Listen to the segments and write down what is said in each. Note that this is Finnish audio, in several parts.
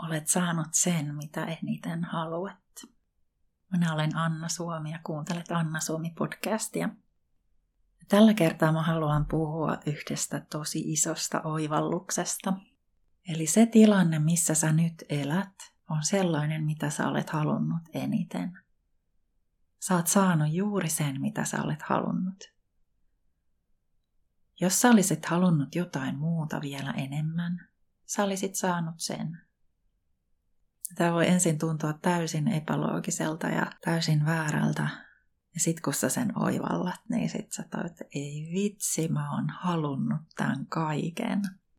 olet saanut sen, mitä eniten haluat. Minä olen Anna Suomi ja kuuntelet Anna Suomi-podcastia. Tällä kertaa mä haluan puhua yhdestä tosi isosta oivalluksesta. Eli se tilanne, missä sä nyt elät, on sellainen, mitä sä olet halunnut eniten. Sä oot saanut juuri sen, mitä sä olet halunnut. Jos sä olisit halunnut jotain muuta vielä enemmän, sä olisit saanut sen. Tämä voi ensin tuntua täysin epäloogiselta ja täysin väärältä. Ja sit kun sä sen oivallat, niin sit sä toit, että ei vitsi, mä oon halunnut tämän kaiken.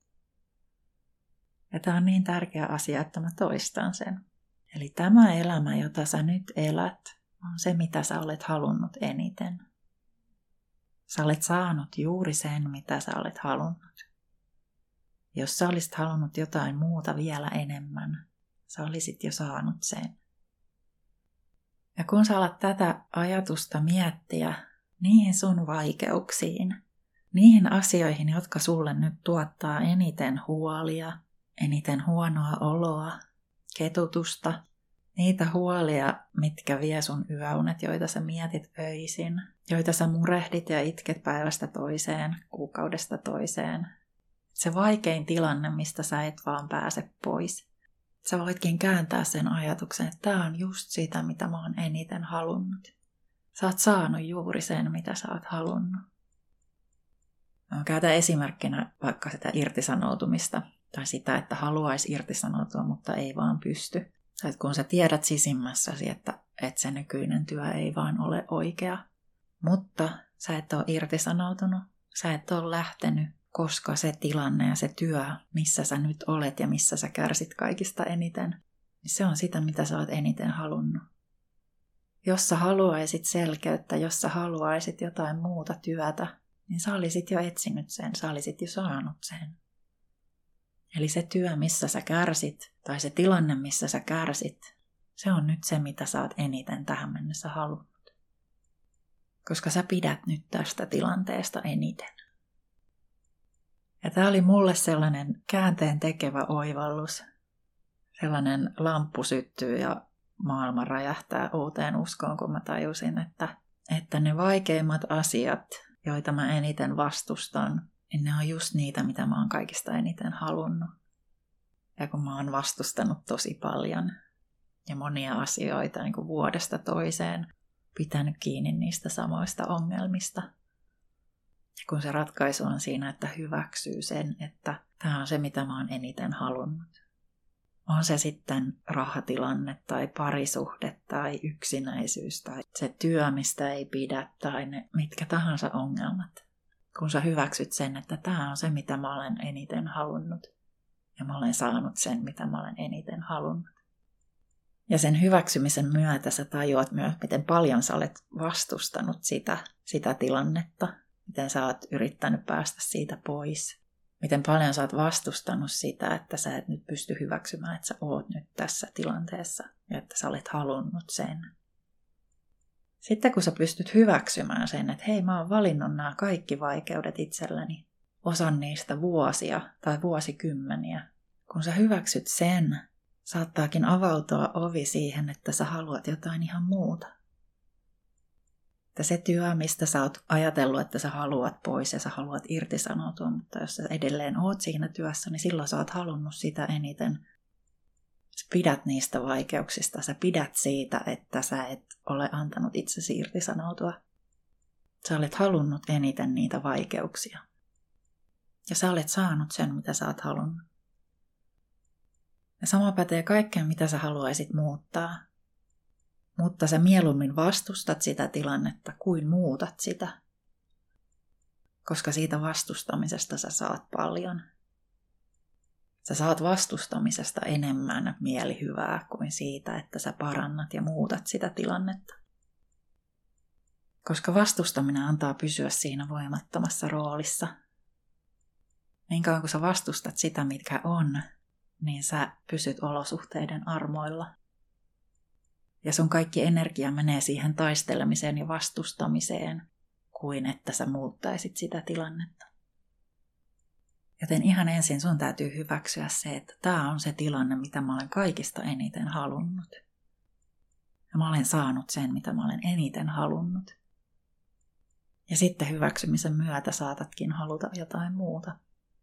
Ja tää on niin tärkeä asia, että mä toistan sen. Eli tämä elämä, jota sä nyt elät, on se, mitä sä olet halunnut eniten. Sä olet saanut juuri sen, mitä sä olet halunnut. Jos sä olisit halunnut jotain muuta vielä enemmän, sä olisit jo saanut sen. Ja kun sä alat tätä ajatusta miettiä niihin sun vaikeuksiin, niihin asioihin, jotka sulle nyt tuottaa eniten huolia, eniten huonoa oloa, ketutusta, niitä huolia, mitkä vie sun yöunet, joita sä mietit öisin, joita sä murehdit ja itket päivästä toiseen, kuukaudesta toiseen. Se vaikein tilanne, mistä sä et vaan pääse pois. Sä voitkin kääntää sen ajatuksen, että tää on just sitä, mitä mä oon eniten halunnut. Sä oot saanut juuri sen, mitä sä oot halunnut. Mä käytän esimerkkinä vaikka sitä irtisanoutumista, tai sitä, että haluaisi irtisanoutua, mutta ei vaan pysty. Tai kun sä tiedät sisimmässäsi, että se nykyinen työ ei vaan ole oikea, mutta sä et ole irtisanoutunut, sä et ole lähtenyt, koska se tilanne ja se työ, missä sä nyt olet ja missä sä kärsit kaikista eniten, niin se on sitä, mitä sä oot eniten halunnut. Jos sä haluaisit selkeyttä, jos sä haluaisit jotain muuta työtä, niin sä olisit jo etsinyt sen, sä olisit jo saanut sen. Eli se työ, missä sä kärsit, tai se tilanne, missä sä kärsit, se on nyt se, mitä sä oot eniten tähän mennessä halunnut. Koska sä pidät nyt tästä tilanteesta eniten. Ja tää oli mulle sellainen käänteen tekevä oivallus. Sellainen lamppu syttyy ja maailma räjähtää uuteen uskoon, kun mä tajusin, että ne vaikeimmat asiat, joita mä eniten vastustan, niin ne on just niitä, mitä mä oon kaikista eniten halunnut. Ja kun mä oon vastustanut tosi paljon ja monia asioita niin kuin vuodesta toiseen, pitänyt kiinni niistä samoista ongelmista. Ja kun se ratkaisu on siinä, että hyväksyy sen, että tämä on se, mitä mä oon eniten halunnut. On se sitten rahatilanne tai parisuhde tai yksinäisyys tai se työ, mistä ei pidä tai ne mitkä tahansa ongelmat. Kun sä hyväksyt sen, että tämä on se, mitä mä olen eniten halunnut. Ja mä olen saanut sen, mitä mä olen eniten halunnut. Ja sen hyväksymisen myötä sä tajuat myös, miten paljon sä olet vastustanut sitä tilannetta. Miten sä oot yrittänyt päästä siitä pois. Miten paljon sä oot vastustanut sitä, että sä et nyt pysty hyväksymään, että sä oot nyt tässä tilanteessa. Ja että sä olet halunnut sen. Sitten kun sä pystyt hyväksymään sen, että hei, mä oon valinnut nämä kaikki vaikeudet itselläni, osan niistä vuosia tai vuosikymmeniä. Kun sä hyväksyt sen, saattaakin avautua ovi siihen, että sä haluat jotain ihan muuta. Että se työ, mistä sä oot ajatellut, että sä haluat pois ja sä haluat irtisanoutua, mutta jos sä edelleen oot siinä työssä, niin silloin sä oot halunnut sitä eniten. Sä pidät niistä vaikeuksista, sä pidät siitä, että sä et ole antanut itsesi irtisanoutua. Sä olet halunnut eniten niitä vaikeuksia. Ja sä olet saanut sen, mitä sä oot halunnut. Ja sama pätee kaikkeen, mitä sä haluaisit muuttaa. Mutta sä mieluummin vastustat sitä tilannetta kuin muutat sitä. Koska siitä vastustamisesta sä saat paljon. Sä saat vastustamisesta enemmän mielihyvää kuin siitä, että sä parannat ja muutat sitä tilannetta. Koska vastustaminen antaa pysyä siinä voimattomassa roolissa. Niin kauan kun sä vastustat sitä, mitkä on, niin sä pysyt olosuhteiden armoilla. Ja sun kaikki energia menee siihen taistelemiseen ja vastustamiseen, kuin että sä muuttaisit sitä tilannetta. Joten ihan ensin sun täytyy hyväksyä se, että tämä on se tilanne, mitä mä olen kaikista eniten halunnut. Ja mä olen saanut sen, mitä mä olen eniten halunnut. Ja sitten hyväksymisen myötä saatatkin haluta jotain muuta.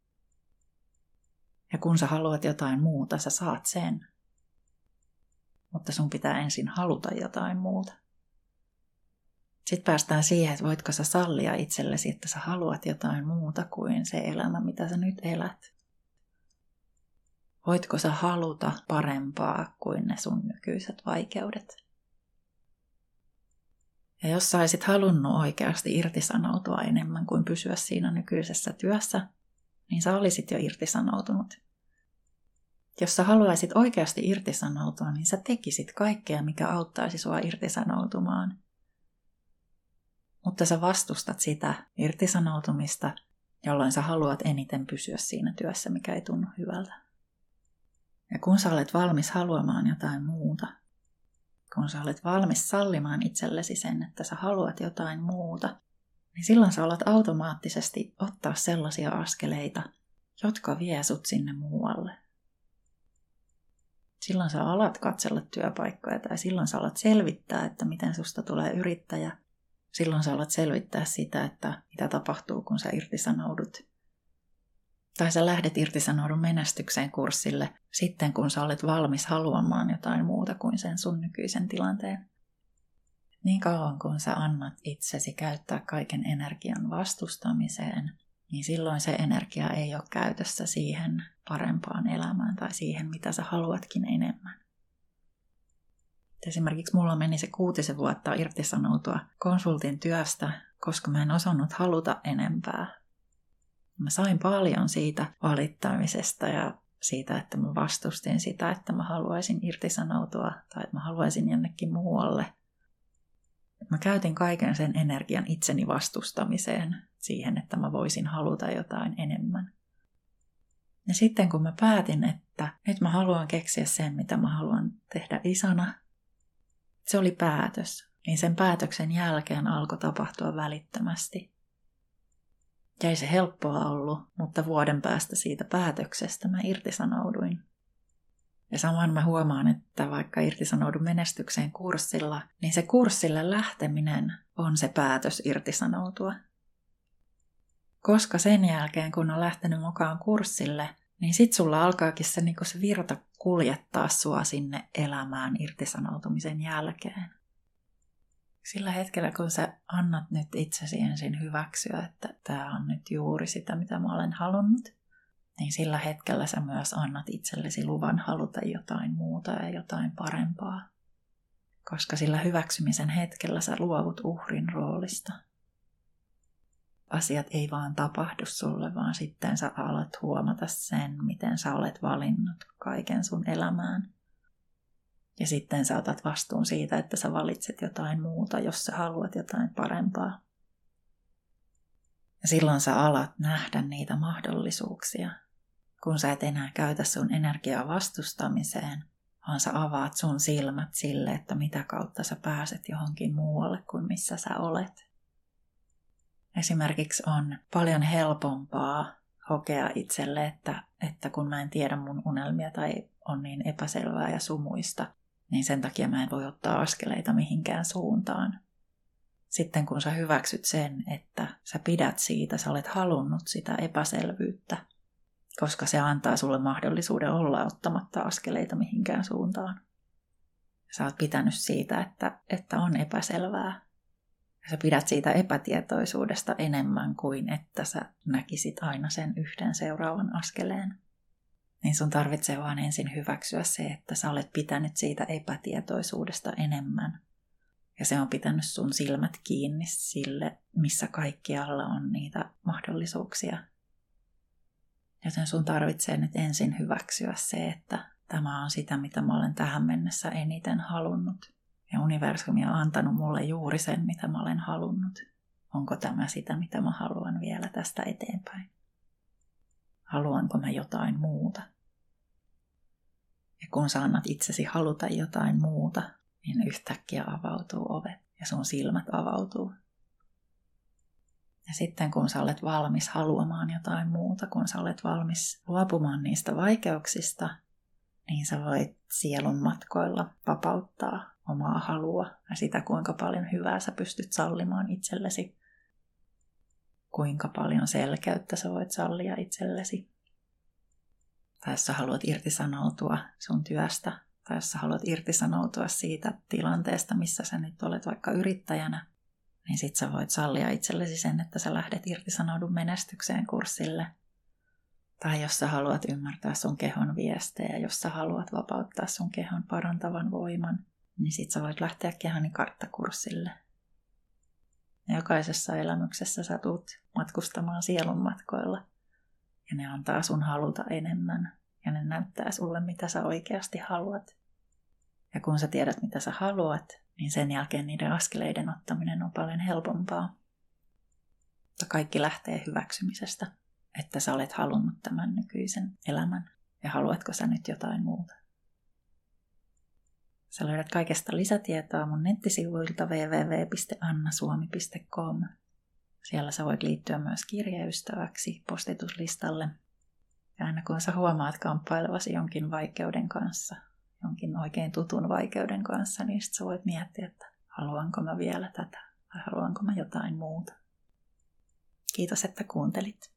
Ja kun sä haluat jotain muuta, sä saat sen. Mutta sun pitää ensin haluta jotain muuta. Sitten päästään siihen, että voitko sä sallia itsellesi, että sä haluat jotain muuta kuin se elämä, mitä sä nyt elät. Voitko sä haluta parempaa kuin ne sun nykyiset vaikeudet? Ja jos sä olisit halunnut oikeasti irtisanoutua enemmän kuin pysyä siinä nykyisessä työssä, niin sä olisit jo irtisanoutunut. Jos sä haluaisit oikeasti irtisanoutua, niin sä tekisit kaikkea, mikä auttaisi sua irtisanoutumaan. Mutta sä vastustat sitä irtisanoutumista, jolloin sä haluat eniten pysyä siinä työssä, mikä ei tunnu hyvältä. Ja kun sä olet valmis haluamaan jotain muuta, kun sä olet valmis sallimaan itsellesi sen, että sä haluat jotain muuta, niin silloin sä alat automaattisesti ottaa sellaisia askeleita, jotka vie sut sinne muualle. Silloin sä alat katsella työpaikkoja tai silloin sä alat selvittää, että miten susta tulee yrittäjä. Silloin sä alat selvittää sitä, että mitä tapahtuu, kun sä irtisanoudut. Tai sä lähdet irtisanoudun menestykseen kurssille sitten, kun sä olet valmis haluamaan jotain muuta kuin sen sun nykyisen tilanteen. Niin kauan kun sä annat itsesi käyttää kaiken energian vastustamiseen, niin silloin se energia ei ole käytössä siihen parempaan elämään tai siihen, mitä sä haluatkin enemmän. Esimerkiksi mulla meni se 6 vuotta irtisanoutua konsultin työstä, koska mä en osannut haluta enempää. Mä sain paljon siitä valittamisesta ja siitä, että mä vastustin sitä, että mä haluaisin irtisanoutua tai että mä haluaisin jonnekin muualle. Mä käytin kaiken sen energian itseni vastustamiseen siihen, että mä voisin haluta jotain enemmän. Ja sitten kun mä päätin, että nyt mä haluan keksiä sen, mitä mä haluan tehdä isona, se oli päätös. Niin sen päätöksen jälkeen alkoi tapahtua välittömästi. Ja ei se helppoa ollut, mutta vuoden päästä siitä päätöksestä mä irtisanouduin. Ja samoin mä huomaan, että vaikka irtisanoudun menestykseen kurssilla, niin se kurssille lähteminen on se päätös irtisanoutua. Koska sen jälkeen, kun on lähtenyt mukaan kurssille, niin sit sulla alkaakin se virta kuljettaa sua sinne elämään irtisanoutumisen jälkeen. Sillä hetkellä, kun sä annat nyt itsesi ensin hyväksyä, että tää on nyt juuri sitä, mitä mä olen halunnut, niin sillä hetkellä sä myös annat itsellesi luvan haluta jotain muuta ja jotain parempaa. Koska sillä hyväksymisen hetkellä sä luovut uhrin roolista. Asiat ei vaan tapahdu sulle, vaan sitten sä alat huomata sen, miten sä olet valinnut kaiken sun elämään. Ja sitten sä otat vastuun siitä, että sä valitset jotain muuta, jos sä haluat jotain parempaa. Ja silloin sä alat nähdä niitä mahdollisuuksia, kun sä et enää käytä sun energiaa vastustamiseen, vaan sä avaat sun silmät sille, että mitä kautta sä pääset johonkin muualle kuin missä sä olet. Esimerkiksi on paljon helpompaa hokea itselle, että kun mä en tiedä mun unelmia tai on niin epäselvää ja sumuista, niin sen takia mä en voi ottaa askeleita mihinkään suuntaan. Sitten kun sä hyväksyt sen, että sä pidät siitä, sä olet halunnut sitä epäselvyyttä, koska se antaa sulle mahdollisuuden olla ottamatta askeleita mihinkään suuntaan. Sä oot pitänyt siitä, että on epäselvää. Ja sä pidät siitä epätietoisuudesta enemmän kuin että sä näkisit aina sen yhden seuraavan askeleen. Niin sun tarvitsee vaan ensin hyväksyä se, että sä olet pitänyt siitä epätietoisuudesta enemmän. Ja se on pitänyt sun silmät kiinni sille, missä kaikkialla on niitä mahdollisuuksia. Joten sun tarvitsee nyt ensin hyväksyä se, että tämä on sitä, mitä mä olen tähän mennessä eniten halunnut. Ja universumi on antanut mulle juuri sen, mitä mä olen halunnut. Onko tämä sitä, mitä mä haluan vielä tästä eteenpäin? Haluanko mä jotain muuta? Ja kun sä annat itsesi haluta jotain muuta, niin yhtäkkiä avautuu ovet ja sun silmät avautuu. Ja sitten kun sä olet valmis haluamaan jotain muuta, kun sä olet valmis luopumaan niistä vaikeuksista, niin sä voit sielun matkoilla vapauttaa omaa halua ja sitä, kuinka paljon hyvää sä pystyt sallimaan itsellesi. Kuinka paljon selkeyttä sä voit sallia itsellesi. Tai jos sä haluat irtisanoutua sun työstä, tai jos sä haluat irtisanoutua siitä tilanteesta, missä sä nyt olet vaikka yrittäjänä, niin sit sä voit sallia itsellesi sen, että sä lähdet irtisanoudun menestykseen kurssille. Tai jos sä haluat ymmärtää sun kehon viestejä, jos sä haluat vapauttaa sun kehon parantavan voiman, niin sit sä voit lähteä kehoni karttakurssille. Ja jokaisessa elämyksessä sä tuut matkustamaan sielun matkoilla. Ja ne antaa sun haluta enemmän. Ja ne näyttää sulle, mitä sä oikeasti haluat. Ja kun sä tiedät, mitä sä haluat, niin sen jälkeen niiden askeleiden ottaminen on paljon helpompaa. Mutta kaikki lähtee hyväksymisestä, että sä olet halunnut tämän nykyisen elämän. Ja haluatko sä nyt jotain muuta? Sä löydät kaikesta lisätietoa mun nettisivuilta www.annasuomi.com. Siellä sä voit liittyä myös kirjeystäväksi postituslistalle. Ja aina kun sä huomaat kamppailevasi jonkin vaikeuden kanssa, jonkin oikein tutun vaikeuden kanssa, niin sit sä voit miettiä, että haluanko mä vielä tätä vai haluanko mä jotain muuta. Kiitos, että kuuntelit.